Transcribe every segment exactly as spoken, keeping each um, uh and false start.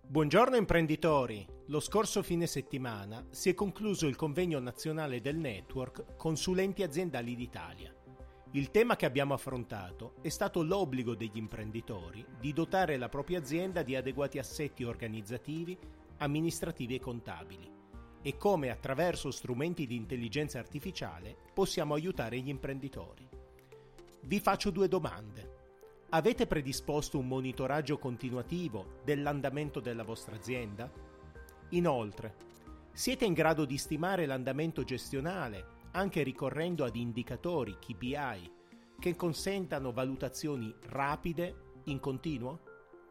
Buongiorno imprenditori! Lo scorso fine settimana si è concluso il convegno nazionale del network Consulenti Aziendali d'Italia. Il tema che abbiamo affrontato è stato l'obbligo degli imprenditori di dotare la propria azienda di adeguati assetti organizzativi, amministrativi e contabili e come attraverso strumenti di intelligenza artificiale possiamo aiutare gli imprenditori. Vi faccio due domande. Avete predisposto un monitoraggio continuativo dell'andamento della vostra azienda? Inoltre, siete in grado di stimare l'andamento gestionale anche ricorrendo ad indicatori K P I che consentano valutazioni rapide in continuo?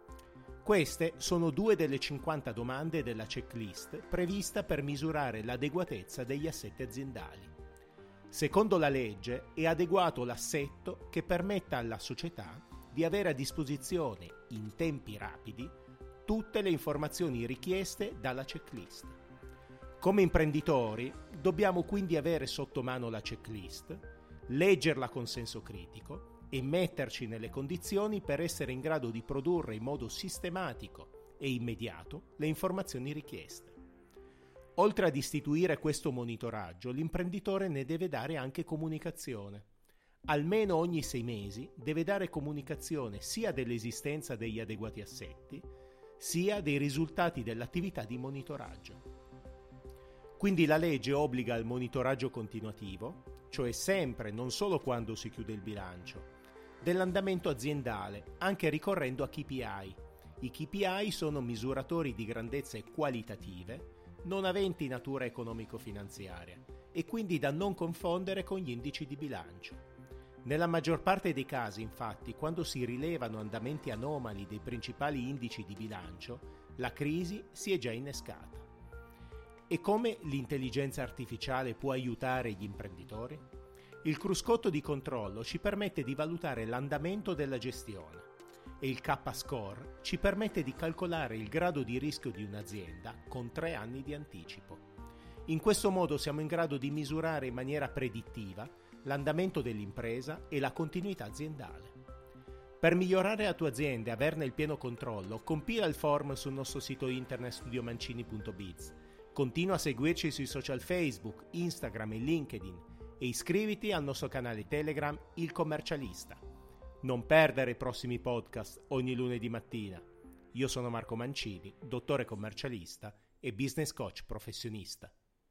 Queste sono due delle cinquanta domande della checklist prevista per misurare l'adeguatezza degli assetti aziendali. Secondo la legge è adeguato l'assetto che permetta alla società di avere a disposizione in tempi rapidi tutte le informazioni richieste dalla checklist. Come imprenditori dobbiamo quindi avere sotto mano la checklist, leggerla con senso critico e metterci nelle condizioni per essere in grado di produrre in modo sistematico e immediato le informazioni richieste. Oltre ad istituire questo monitoraggio, l'imprenditore ne deve dare anche comunicazione. Almeno ogni sei mesi deve dare comunicazione sia dell'esistenza degli adeguati assetti, sia dei risultati dell'attività di monitoraggio. Quindi la legge obbliga al monitoraggio continuativo, cioè sempre, non solo quando si chiude il bilancio, dell'andamento aziendale, anche ricorrendo a K P I. I K P I sono misuratori di grandezze qualitative, non aventi natura economico-finanziaria, e quindi da non confondere con gli indici di bilancio. Nella maggior parte dei casi, infatti, quando si rilevano andamenti anomali dei principali indici di bilancio, la crisi si è già innescata. E come l'intelligenza artificiale può aiutare gli imprenditori? Il cruscotto di controllo ci permette di valutare l'andamento della gestione e il K-Score ci permette di calcolare il grado di rischio di un'azienda con tre anni di anticipo. In questo modo siamo in grado di misurare in maniera predittiva l'andamento dell'impresa e la continuità aziendale. Per migliorare la tua azienda e averne il pieno controllo, compila il form sul nostro sito internet studio mancini punto biz. Continua a seguirci sui social Facebook, Instagram e LinkedIn e iscriviti al nostro canale Telegram Il Commercialista. Non perdere i prossimi podcast ogni lunedì mattina. Io sono Marco Mancini, dottore commercialista e business coach professionista.